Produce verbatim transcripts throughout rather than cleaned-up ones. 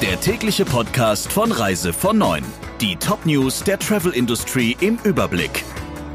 Der tägliche Podcast von Reise von neun. Die Top-News der Travel-Industrie im Überblick.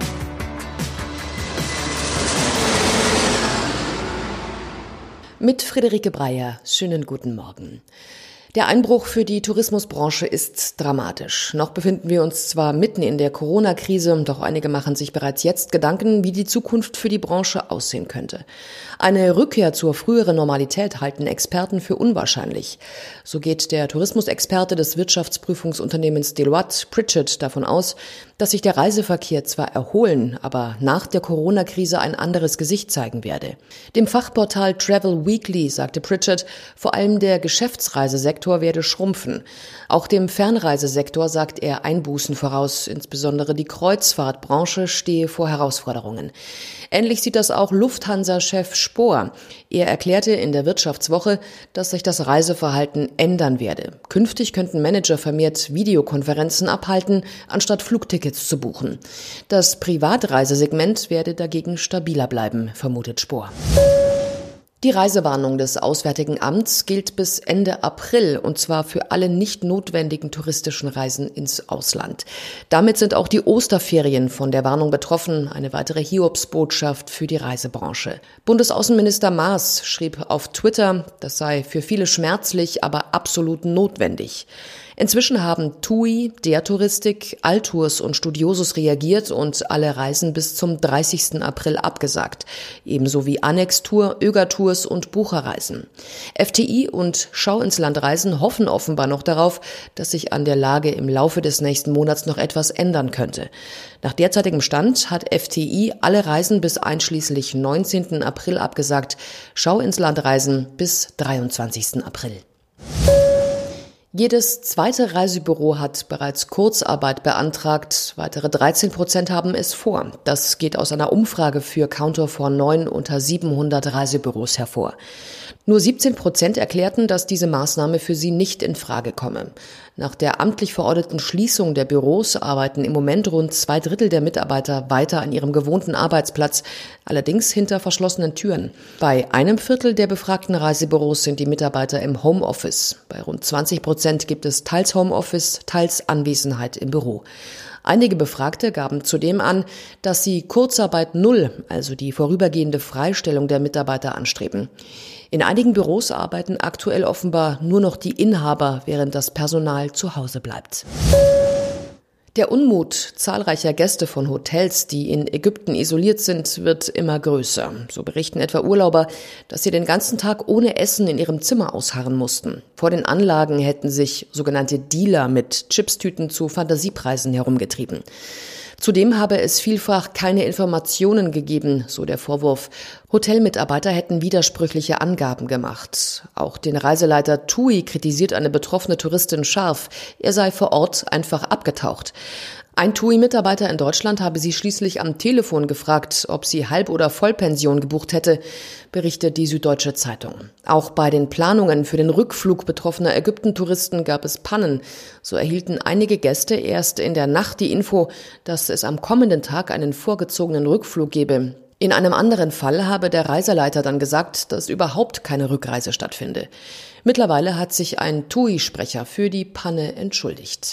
Mit Friederike Breyer. Schönen guten Morgen. Der Einbruch für die Tourismusbranche ist dramatisch. Noch befinden wir uns zwar mitten in der Corona-Krise, doch einige machen sich bereits jetzt Gedanken, wie die Zukunft für die Branche aussehen könnte. Eine Rückkehr zur früheren Normalität halten Experten für unwahrscheinlich. So geht der Tourismusexperte des Wirtschaftsprüfungsunternehmens Deloitte, Pritchett, davon aus, dass sich der Reiseverkehr zwar erholen, aber nach der Corona-Krise ein anderes Gesicht zeigen werde. Dem Fachportal Travel Weekly sagte Pritchett, vor allem der Geschäftsreisesektor werde schrumpfen. Auch dem Fernreisesektor sagt er Einbußen voraus, insbesondere die Kreuzfahrtbranche stehe vor Herausforderungen. Ähnlich sieht das auch Lufthansa-Chef Spohr. Er erklärte in der Wirtschaftswoche, dass sich das Reiseverhalten ändern werde. Künftig könnten Manager vermehrt Videokonferenzen abhalten, anstatt Flugtickets zu buchen. Das Privatreisesegment werde dagegen stabiler bleiben, vermutet Spohr. Die Reisewarnung des Auswärtigen Amts gilt bis Ende April, und zwar für alle nicht notwendigen touristischen Reisen ins Ausland. Damit sind auch die Osterferien von der Warnung betroffen, eine weitere Hiobsbotschaft für die Reisebranche. Bundesaußenminister Maas schrieb auf Twitter, das sei für viele schmerzlich, aber absolut notwendig. Inzwischen haben T U I, der Touristik, Altours und Studiosus reagiert und alle Reisen bis zum dreißigsten April abgesagt. Ebenso wie Annex-Tour, Öger-Tours und Bucherreisen. F T I und Schau ins Land Reisen hoffen offenbar noch darauf, dass sich an der Lage im Laufe des nächsten Monats noch etwas ändern könnte. Nach derzeitigem Stand hat F T I alle Reisen bis einschließlich neunzehnten April abgesagt, Schau ins Land Reisen bis dreiundzwanzigsten April. Jedes zweite Reisebüro hat bereits Kurzarbeit beantragt. Weitere dreizehn Prozent haben es vor. Das geht aus einer Umfrage für Counter for neun unter siebenhundert Reisebüros hervor. Nur siebzehn Prozent erklärten, dass diese Maßnahme für sie nicht in Frage komme. Nach der amtlich verordneten Schließung der Büros arbeiten im Moment rund zwei Drittel der Mitarbeiter weiter an ihrem gewohnten Arbeitsplatz, allerdings hinter verschlossenen Türen. Bei einem Viertel der befragten Reisebüros sind die Mitarbeiter im Homeoffice. Bei rund zwanzig Prozent gibt es teils Homeoffice, teils Anwesenheit im Büro. Einige Befragte gaben zudem an, dass sie Kurzarbeit Null, also die vorübergehende Freistellung der Mitarbeiter, anstreben. In einigen Büros arbeiten aktuell offenbar nur noch die Inhaber, während das Personal zu Hause bleibt. Der Unmut zahlreicher Gäste von Hotels, die in Ägypten isoliert sind, wird immer größer. So berichten etwa Urlauber, dass sie den ganzen Tag ohne Essen in ihrem Zimmer ausharren mussten. Vor den Anlagen hätten sich sogenannte Dealer mit Chipstüten zu Fantasiepreisen herumgetrieben. Zudem habe es vielfach keine Informationen gegeben, so der Vorwurf. Hotelmitarbeiter hätten widersprüchliche Angaben gemacht. Auch den Reiseleiter T U I kritisiert eine betroffene Touristin scharf. Er sei vor Ort einfach abgetaucht. Ein T U I-Mitarbeiter in Deutschland habe sie schließlich am Telefon gefragt, ob sie Halb- oder Vollpension gebucht hätte, berichtet die Süddeutsche Zeitung. Auch bei den Planungen für den Rückflug betroffener Ägypten-Touristen gab es Pannen. So erhielten einige Gäste erst in der Nacht die Info, dass es am kommenden Tag einen vorgezogenen Rückflug gebe. In einem anderen Fall habe der Reiseleiter dann gesagt, dass überhaupt keine Rückreise stattfinde. Mittlerweile hat sich ein T U I-Sprecher für die Panne entschuldigt.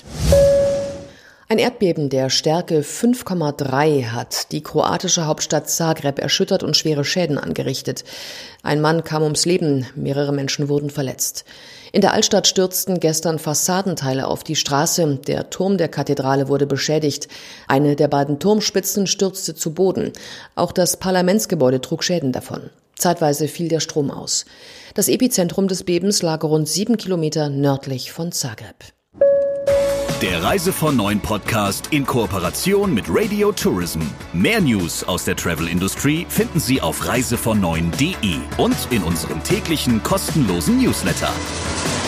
Ein Erdbeben der Stärke fünf Komma drei hat die kroatische Hauptstadt Zagreb erschüttert und schwere Schäden angerichtet. Ein Mann kam ums Leben, mehrere Menschen wurden verletzt. In der Altstadt stürzten gestern Fassadenteile auf die Straße, der Turm der Kathedrale wurde beschädigt. Eine der beiden Turmspitzen stürzte zu Boden. Auch das Parlamentsgebäude trug Schäden davon. Zeitweise fiel der Strom aus. Das Epizentrum des Bebens lag rund sieben Kilometer nördlich von Zagreb. Der Reise von neun Podcast in Kooperation mit Radio Tourism. Mehr News aus der Travel-Industrie finden Sie auf reise von neun punkt de und in unserem täglichen kostenlosen Newsletter.